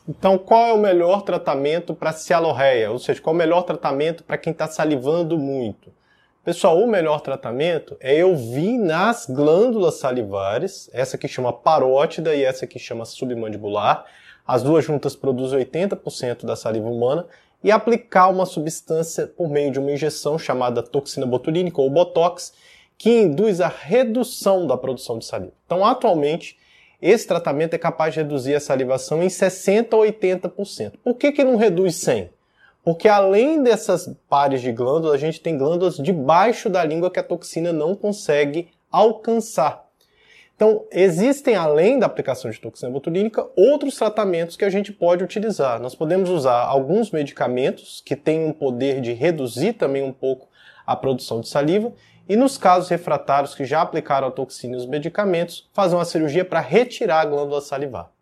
Então, qual é o melhor tratamento para cialorreia? Ou seja, qual é o melhor tratamento para quem está salivando muito? Pessoal, o melhor tratamento é eu vir nas glândulas salivares, essa que chama parótida e essa que chama submandibular. As duas juntas produzem 80% da saliva humana, e aplicar uma substância por meio de uma injeção chamada toxina botulínica ou botox, que induz a redução da produção de saliva. Então, atualmente, esse tratamento é capaz de reduzir a salivação em 60% a 80%. Por que não reduz 100%? Porque além dessas pares de glândulas, a gente tem glândulas debaixo da língua que a toxina não consegue alcançar. Então, existem, além da aplicação de toxina botulínica, outros tratamentos que a gente pode utilizar. Nós podemos usar alguns medicamentos que têm um poder de reduzir também um pouco a produção de saliva, e nos casos refratários que já aplicaram a toxina e os medicamentos, fazer uma cirurgia para retirar a glândula salivar.